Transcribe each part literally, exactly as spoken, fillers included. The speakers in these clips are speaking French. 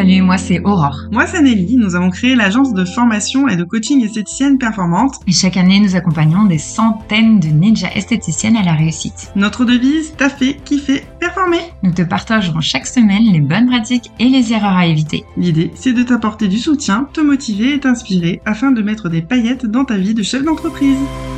Salut, moi c'est Aurore. Moi c'est Nelly, nous avons créé l'agence de formation et de coaching esthéticienne performante. Et chaque année, nous accompagnons des centaines de ninjas esthéticiennes à la réussite. Notre devise, taffer, kiffer, performer. Nous te partagerons chaque semaine les bonnes pratiques et les erreurs à éviter. L'idée, c'est de t'apporter du soutien, te motiver et t'inspirer afin de mettre des paillettes dans ta vie de chef d'entreprise.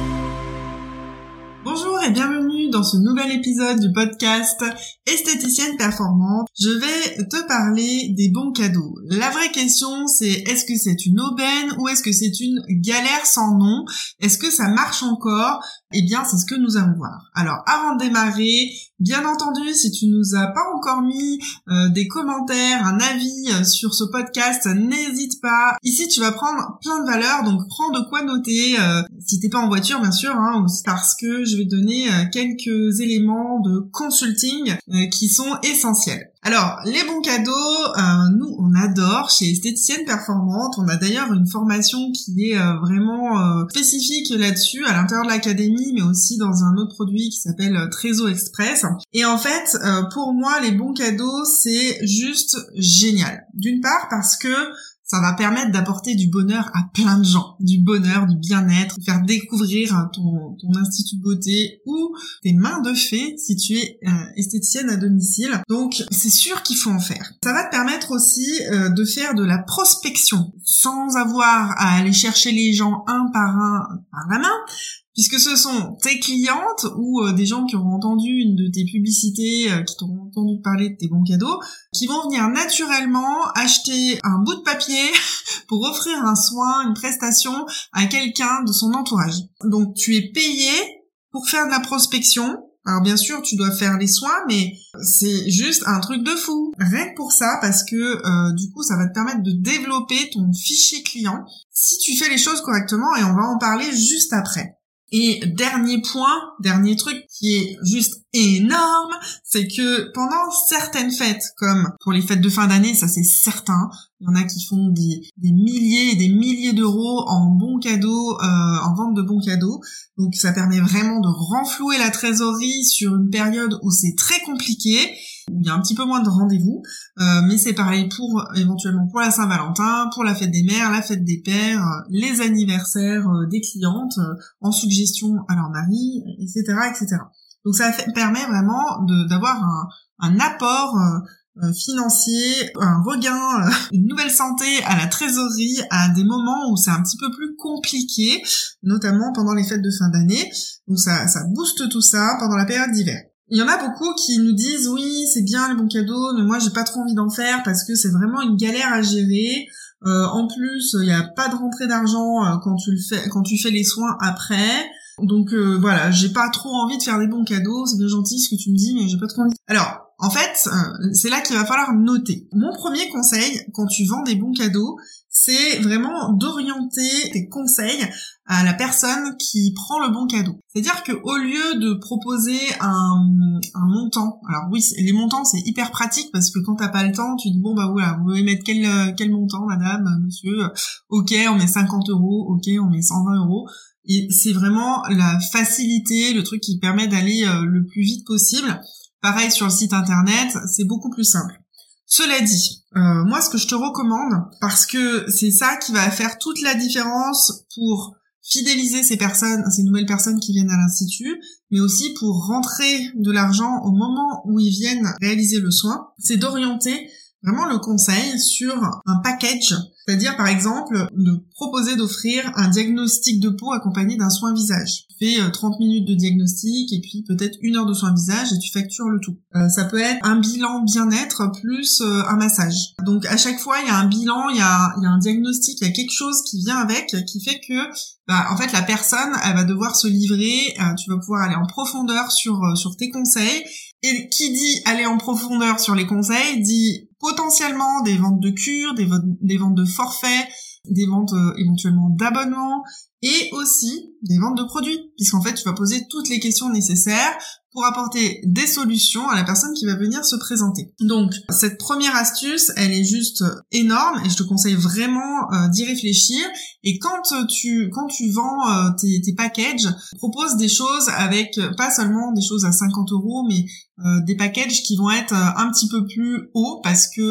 Bonjour et bienvenue dans ce nouvel épisode du podcast Esthéticienne Performante. Je vais te parler des bons cadeaux. La vraie question, c'est est-ce que c'est une aubaine ou est-ce que c'est une galère sans nom? Est-ce que ça marche encore? Eh bien, c'est ce que nous allons voir. Alors, avant de démarrer, bien entendu, si tu nous as pas encore mis euh, des commentaires, un avis euh, sur ce podcast, n'hésite pas. Ici, tu vas prendre plein de valeurs, donc prends de quoi noter. Euh, si t'es pas en voiture, bien sûr, hein, parce que je vais te donner euh, quelques éléments de consulting euh, qui sont essentiels. Alors, les bons cadeaux, euh, nous, on adore chez Esthéticienne Performante. On a d'ailleurs une formation qui est euh, vraiment euh, spécifique là-dessus, à l'intérieur de l'académie, mais aussi dans un autre produit qui s'appelle euh, Trésor Express. Et en fait, euh, pour moi, les bons cadeaux, c'est juste génial. D'une part, parce que ça va permettre d'apporter du bonheur à plein de gens, du bonheur, du bien-être, faire découvrir ton, ton institut de beauté ou tes mains de fée si tu es euh, esthéticienne à domicile. Donc c'est sûr qu'il faut en faire. Ça va te permettre aussi euh, de faire de la prospection sans avoir à aller chercher les gens un par un par la main, puisque ce sont tes clientes ou euh, des gens qui auront entendu une de tes publicités, euh, qui t'auront entendu parler de tes bons cadeaux, qui vont venir naturellement acheter un bout de papier pour offrir un soin, une prestation à quelqu'un de son entourage. Donc tu es payé pour faire de la prospection. Alors bien sûr, tu dois faire les soins, mais c'est juste un truc de fou. Rien que pour ça, parce que euh, du coup, ça va te permettre de développer ton fichier client si tu fais les choses correctement, et on va en parler juste après. Et dernier point, dernier truc qui est juste énorme, c'est que pendant certaines fêtes, comme pour les fêtes de fin d'année, ça c'est certain, il y en a qui font des, des milliers et des milliers d'euros en bons cadeaux, euh, en vente de bons cadeaux. Donc ça permet vraiment de renflouer la trésorerie sur une période où c'est très compliqué, où il y a un petit peu moins de rendez-vous, euh, mais c'est pareil pour éventuellement pour la Saint-Valentin, pour la fête des mères, la fête des pères, euh, les anniversaires euh, des clientes, euh, en suggestion à leur mari, et cetera, et cetera. Donc ça fait, permet vraiment de, d'avoir un, un apport euh, financier, un regain, euh, une nouvelle santé à la trésorerie à des moments où c'est un petit peu plus compliqué, notamment pendant les fêtes de fin d'année. Donc ça, ça booste tout ça pendant la période d'hiver. Il y en a beaucoup qui nous disent oui, c'est bien les bons cadeaux, mais moi j'ai pas trop envie d'en faire parce que c'est vraiment une galère à gérer. Euh, en plus, il y a pas de rentrée d'argent euh, quand tu le fais, quand tu fais les soins après. Donc euh, voilà, j'ai pas trop envie de faire des bons cadeaux. C'est bien gentil ce que tu me dis, mais j'ai pas trop envie. Alors, en fait, euh, c'est là qu'il va falloir noter. Mon premier conseil quand tu vends des bons cadeaux, c'est vraiment d'orienter tes conseils à la personne qui prend le bon cadeau. C'est-à-dire que au lieu de proposer un, un montant, alors oui, les montants c'est hyper pratique parce que quand t'as pas le temps, tu dis bon bah voilà, vous voulez mettre quel quel montant, madame, monsieur, ok, on met cinquante euros, ok, on met cent vingt euros. Et c'est vraiment la facilité, le truc qui permet d'aller euh, le plus vite possible. Pareil sur le site internet, c'est beaucoup plus simple. Cela dit, euh, moi ce que je te recommande, parce que c'est ça qui va faire toute la différence pour fidéliser ces personnes, ces nouvelles personnes qui viennent à l'institut, mais aussi pour rentrer de l'argent au moment où ils viennent réaliser le soin, c'est d'orienter vraiment le conseil sur un package, c'est-à-dire par exemple de proposer d'offrir un diagnostic de peau accompagné d'un soin visage. Tu fais trente minutes de diagnostic et puis peut-être une heure de soin visage et tu factures le tout. Euh, ça peut être un bilan bien-être plus euh, un massage. Donc à chaque fois il y a un bilan, il y a, il y a un diagnostic, il y a quelque chose qui vient avec, qui fait que bah, en fait la personne elle va devoir se livrer, euh, tu vas pouvoir aller en profondeur sur, euh, sur tes conseils. Et qui dit aller en profondeur sur les conseils, dit potentiellement des ventes de cure, des, vo- des ventes de forfait, des ventes euh, éventuellement d'abonnement, et aussi des ventes de produits, puisqu'en fait tu vas poser toutes les questions nécessaires pour apporter des solutions à la personne qui va venir se présenter. Donc cette première astuce, elle est juste énorme et je te conseille vraiment euh, d'y réfléchir. Et quand tu quand tu vends euh, tes, tes packages, propose des choses avec pas seulement des choses à cinquante euros, mais euh, des packages qui vont être un petit peu plus hauts parce que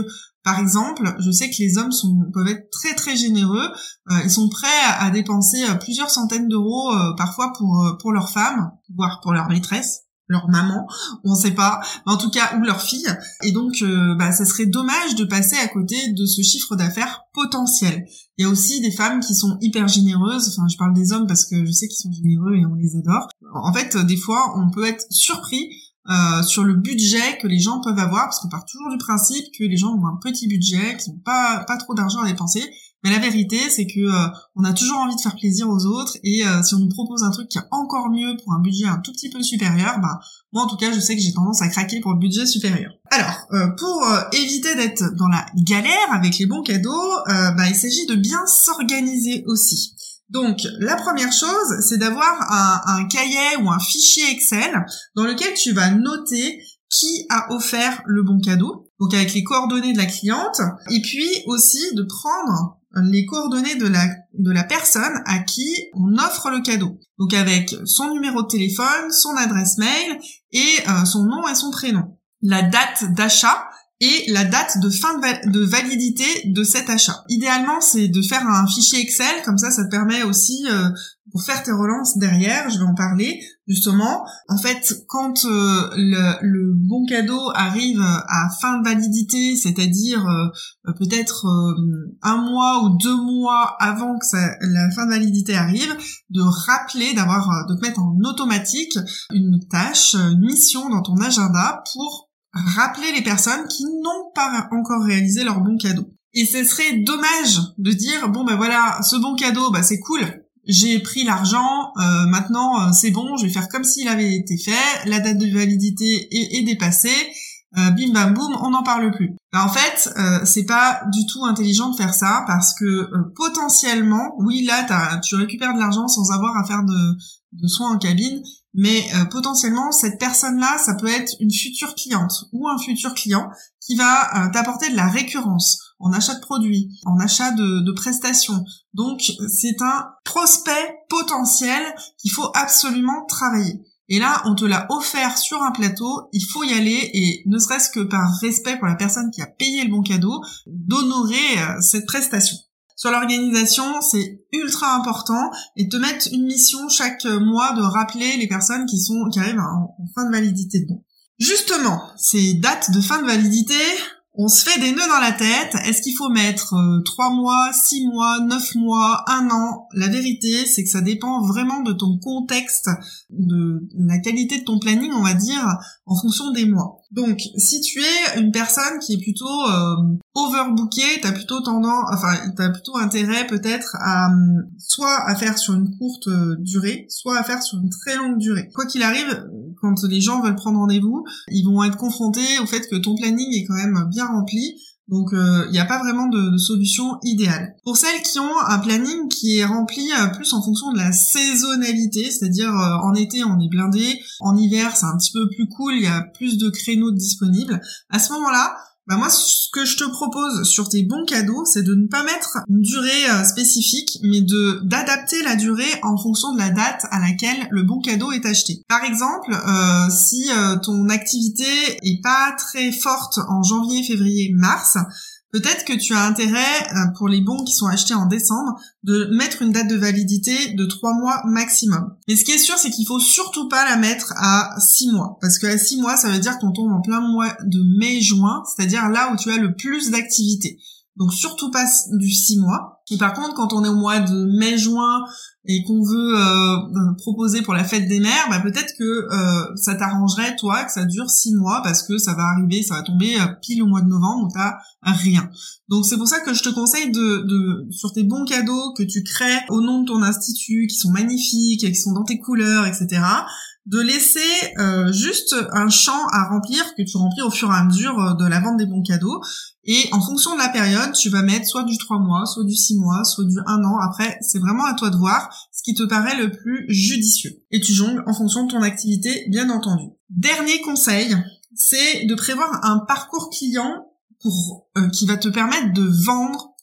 Par exemple, je sais que les hommes sont, peuvent être très très généreux. Euh, ils sont prêts à, à dépenser euh, plusieurs centaines d'euros euh, parfois pour euh, pour leur femme, voire pour leur maîtresse, leur maman, on sait pas, mais en tout cas, ou leur fille. Et donc, euh, bah, ça serait dommage de passer à côté de ce chiffre d'affaires potentiel. Il y a aussi des femmes qui sont hyper généreuses. Enfin, je parle des hommes parce que je sais qu'ils sont généreux et on les adore. En fait, des fois, on peut être surpris Euh, sur le budget que les gens peuvent avoir, parce qu'on part toujours du principe que les gens ont un petit budget, qu'ils n'ont pas pas trop d'argent à dépenser, mais la vérité c'est que euh, on a toujours envie de faire plaisir aux autres, et euh, si on nous propose un truc qui est encore mieux pour un budget un tout petit peu supérieur, bah moi en tout cas je sais que j'ai tendance à craquer pour le budget supérieur. Alors euh, pour euh, éviter d'être dans la galère avec les bons cadeaux, euh, bah il s'agit de bien s'organiser aussi. Donc, la première chose, c'est d'avoir un, un cahier ou un fichier Excel dans lequel tu vas noter qui a offert le bon cadeau, donc avec les coordonnées de la cliente, et puis aussi de prendre les coordonnées de la, de la personne à qui on offre le cadeau. Donc avec son numéro de téléphone, son adresse mail et euh, son nom et son prénom. La date d'achat et la date de fin de, va- de validité de cet achat. Idéalement, c'est de faire un fichier Excel, comme ça, ça te permet aussi, euh, pour faire tes relances derrière, je vais en parler, justement. En fait, quand euh, le, le bon cadeau arrive à fin de validité, c'est-à-dire euh, peut-être euh, un mois ou deux mois avant que ça, la fin de validité arrive, de rappeler, d'avoir, de te mettre en automatique une tâche, une mission dans ton agenda pour rappeler les personnes qui n'ont pas encore réalisé leur bon cadeau. Et ce serait dommage de dire, bon ben voilà, ce bon cadeau, bah c'est cool, j'ai pris l'argent, euh, maintenant euh, c'est bon, je vais faire comme s'il avait été fait, la date de validité est, est dépassée, euh, bim bam boum, on n'en parle plus. Ben, en fait, euh, c'est pas du tout intelligent de faire ça, parce que euh, potentiellement, oui là t'as, tu récupères de l'argent sans avoir à faire de, de soins en cabine, mais euh, potentiellement cette personne-là, ça peut être une future cliente ou un futur client qui va euh, t'apporter de la récurrence en achat de produits, en achat de, de prestations. Donc c'est un prospect potentiel qu'il faut absolument travailler. Et là, on te l'a offert sur un plateau, il faut y aller, et ne serait-ce que par respect pour la personne qui a payé le bon cadeau, d'honorer euh, cette prestation. Sur l'organisation, c'est ultra important, et te mettre une mission chaque mois de rappeler les personnes qui sont qui arrivent en, en fin de validité de bon. Justement, ces dates de fin de validité, on se fait des nœuds dans la tête. Est-ce qu'il faut mettre euh, trois mois, six mois, neuf mois, un an? La vérité, c'est que ça dépend vraiment de ton contexte, de la qualité de ton planning, on va dire, en fonction des mois. Donc, si tu es une personne qui est plutôt euh, overbookée, t'as plutôt tendance, enfin, t'as plutôt intérêt peut-être à soit à faire sur une courte euh, durée, soit à faire sur une très longue durée. Quoi qu'il arrive, quand les gens veulent prendre rendez-vous, ils vont être confrontés au fait que ton planning est quand même bien rempli. Donc il euh, n'y a pas vraiment de, de solution idéale. Pour celles qui ont un planning qui est rempli euh, plus en fonction de la saisonnalité, c'est-à-dire euh, en été on est blindé, en hiver c'est un petit peu plus cool, il y a plus de créneaux disponibles. À ce moment-là, bah moi ce que je te propose sur tes bons cadeaux, c'est de ne pas mettre une durée euh, spécifique, mais de d'adapter la durée en fonction de la date à laquelle le bon cadeau est acheté. Par exemple, euh, si euh, ton activité est pas très forte en janvier, février, mars, peut-être que tu as intérêt, euh, pour les bons qui sont achetés en décembre, de mettre une date de validité de trois mois maximum. Mais ce qui est sûr, c'est qu'il faut surtout pas la mettre à six mois. Parce qu'à six mois, ça veut dire qu'on tombe en plein mois de mai-juin, c'est-à-dire là où tu as le plus d'activité. Donc surtout pas du six mois. Et par contre, quand on est au mois de mai-juin et qu'on veut euh, proposer pour la fête des mères, bah peut-être que euh, ça t'arrangerait, toi, que ça dure six mois, parce que ça va arriver, ça va tomber euh, pile au mois de novembre où t'as rien. Donc c'est pour ça que je te conseille de, de sur tes bons cadeaux que tu crées au nom de ton institut, qui sont magnifiques, qui sont dans tes couleurs, et cetera, de laisser euh, juste un champ à remplir que tu remplis au fur et à mesure de la vente des bons cadeaux. Et en fonction de la période, tu vas mettre soit du trois mois, soit du six mois, soit du un an. Après, c'est vraiment à toi de voir ce qui te paraît le plus judicieux. Et tu jongles en fonction de ton activité, bien entendu. Dernier conseil, c'est de prévoir un parcours client pour euh, qui va te permettre de vendre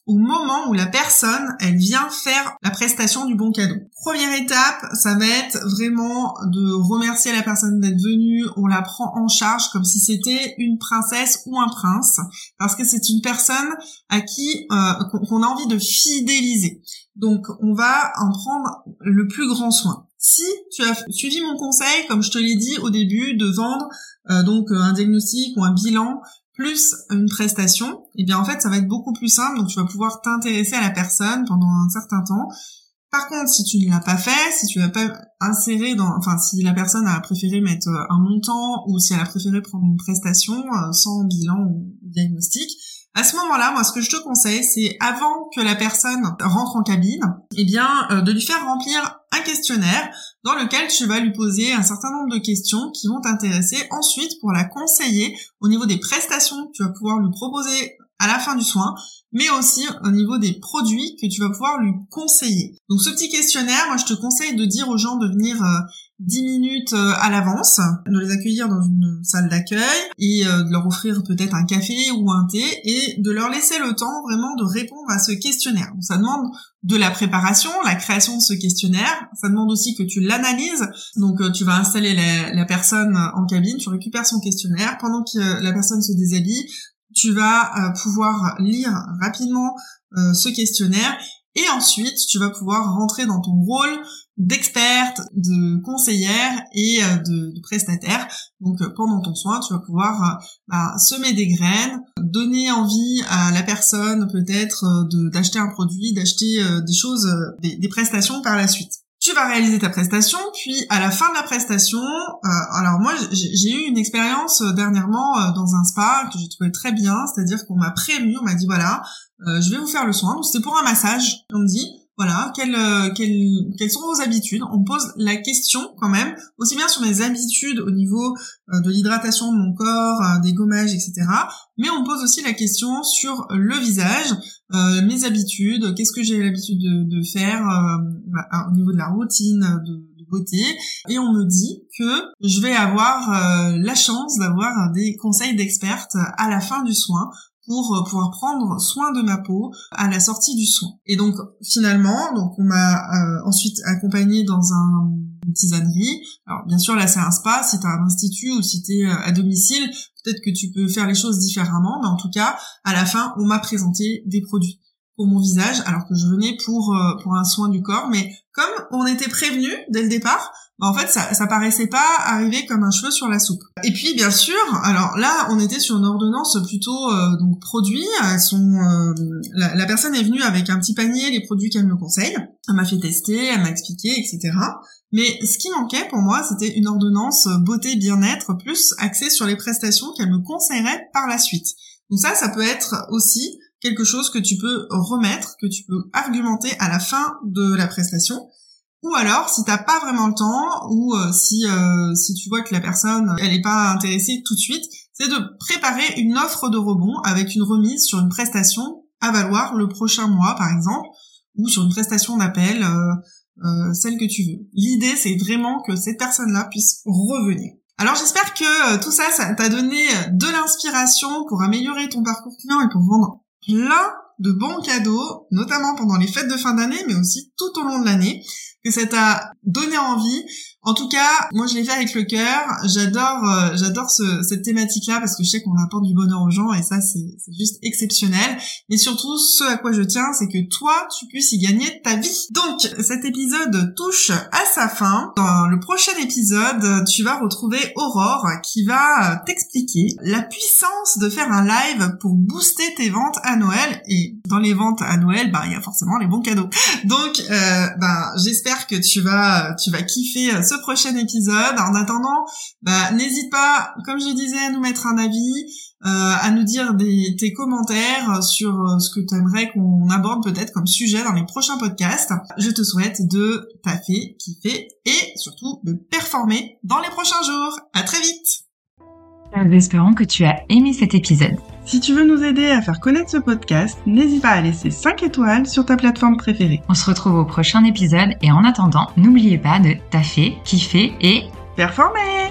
au moment où la personne, elle vient faire la prestation du bon cadeau. Première étape, ça va être vraiment de remercier la personne d'être venue. On la prend en charge comme si c'était une princesse ou un prince, parce que c'est une personne à qui euh, qu'on a envie de fidéliser. Donc, on va en prendre le plus grand soin. Si tu as suivi mon conseil, comme je te l'ai dit au début, de vendre euh, donc un diagnostic ou un bilan plus une prestation, eh bien en fait ça va être beaucoup plus simple, donc tu vas pouvoir t'intéresser à la personne pendant un certain temps. Par contre, si tu ne l'as pas fait, si tu l'as pas inséré dans, enfin si la personne a préféré mettre un montant ou si elle a préféré prendre une prestation euh, sans bilan ou diagnostic, à ce moment-là, moi, ce que je te conseille, c'est avant que la personne rentre en cabine, eh bien, euh, de lui faire remplir un questionnaire dans lequel tu vas lui poser un certain nombre de questions qui vont t'intéresser ensuite pour la conseiller au niveau des prestations que tu vas pouvoir lui proposer à la fin du soin, mais aussi au niveau des produits que tu vas pouvoir lui conseiller. Donc, ce petit questionnaire, moi, je te conseille de dire aux gens de venir euh, dix minutes à l'avance, de les accueillir dans une salle d'accueil et de leur offrir peut-être un café ou un thé et de leur laisser le temps vraiment de répondre à ce questionnaire. Donc ça demande de la préparation, la création de ce questionnaire, ça demande aussi que tu l'analyses. Donc tu vas installer la, la personne en cabine, tu récupères son questionnaire, pendant que la personne se déshabille, tu vas pouvoir lire rapidement ce questionnaire et ensuite tu vas pouvoir rentrer dans ton rôle d'experte, de conseillère et de, de prestataire. Donc pendant ton soin, tu vas pouvoir bah, semer des graines, donner envie à la personne peut-être de, d'acheter un produit, d'acheter euh, des choses, euh, des, des prestations par la suite. Tu vas réaliser ta prestation, puis à la fin de la prestation, euh, alors moi j'ai, j'ai eu une expérience dernièrement euh, dans un spa que j'ai trouvé très bien, c'est-à-dire qu'on m'a prévenu, on m'a dit voilà, euh, je vais vous faire le soin, donc c'était pour un massage, on me dit voilà, quelles, quelles, quelles sont vos habitudes? On me pose la question quand même, aussi bien sur mes habitudes au niveau euh, de l'hydratation de mon corps, euh, des gommages, et cetera. Mais on me pose aussi la question sur le visage, euh, mes habitudes, qu'est-ce que j'ai l'habitude de, de faire euh, bah, au niveau de la routine de, de beauté. Et on me dit que je vais avoir euh, la chance d'avoir des conseils d'expertes à la fin du soin, pour pouvoir prendre soin de ma peau à la sortie du soin. Et donc finalement, donc on m'a euh, ensuite accompagnée dans un, une tisanerie. Alors bien sûr là c'est un spa, si t'as un institut ou si t'es à domicile, peut-être que tu peux faire les choses différemment, mais en tout cas à la fin on m'a présenté des produits pour mon visage, alors que je venais pour euh, pour un soin du corps, mais comme on était prévenu dès le départ, bah en fait ça ça paraissait pas arriver comme un cheveu sur la soupe. Et puis bien sûr, alors là on était sur une ordonnance plutôt euh, donc produits, elles sont euh, la, la personne est venue avec un petit panier les produits qu'elle me conseille, elle m'a fait tester, elle m'a expliqué, et cetera. Mais ce qui manquait pour moi, c'était une ordonnance beauté bien-être plus axée sur les prestations qu'elle me conseillerait par la suite. Donc ça, ça peut être aussi quelque chose que tu peux remettre, que tu peux argumenter à la fin de la prestation. Ou alors, si t'as pas vraiment le temps, ou euh, si euh, si tu vois que la personne elle est pas intéressée tout de suite, c'est de préparer une offre de rebond avec une remise sur une prestation à valoir le prochain mois, par exemple, ou sur une prestation d'appel, euh, euh, celle que tu veux. L'idée, c'est vraiment que cette personne-là puisse revenir. Alors j'espère que euh, tout ça, ça t'a donné de l'inspiration pour améliorer ton parcours client et pour vendre plein de bons cadeaux, notamment pendant les fêtes de fin d'année, mais aussi tout au long de l'année, que ça t'a donné envie. En tout cas, moi je l'ai fait avec le cœur. J'adore, euh, j'adore ce, cette thématique-là parce que je sais qu'on apporte du bonheur aux gens et ça c'est, c'est juste exceptionnel. Et surtout, ce à quoi je tiens, c'est que toi, tu puisses y gagner ta vie. Donc, cet épisode touche à sa fin. Dans le prochain épisode, tu vas retrouver Aurore qui va t'expliquer la puissance de faire un live pour booster tes ventes à Noël. Et dans les ventes à Noël, bah il y a forcément les bons cadeaux. Donc, euh, bah j'espère que tu vas, tu vas kiffer ce prochain épisode. En attendant, bah, n'hésite pas, comme je disais, à nous mettre un avis, euh, à nous dire des, tes commentaires sur ce que tu aimerais qu'on aborde peut-être comme sujet dans les prochains podcasts. Je te souhaite de taffer, kiffer et surtout de performer dans les prochains jours. À très vite. Nous espérons que tu as aimé cet épisode. Si tu veux nous aider à faire connaître ce podcast, n'hésite pas à laisser cinq étoiles sur ta plateforme préférée. On se retrouve au prochain épisode et en attendant, n'oubliez pas de taffer, kiffer et performer!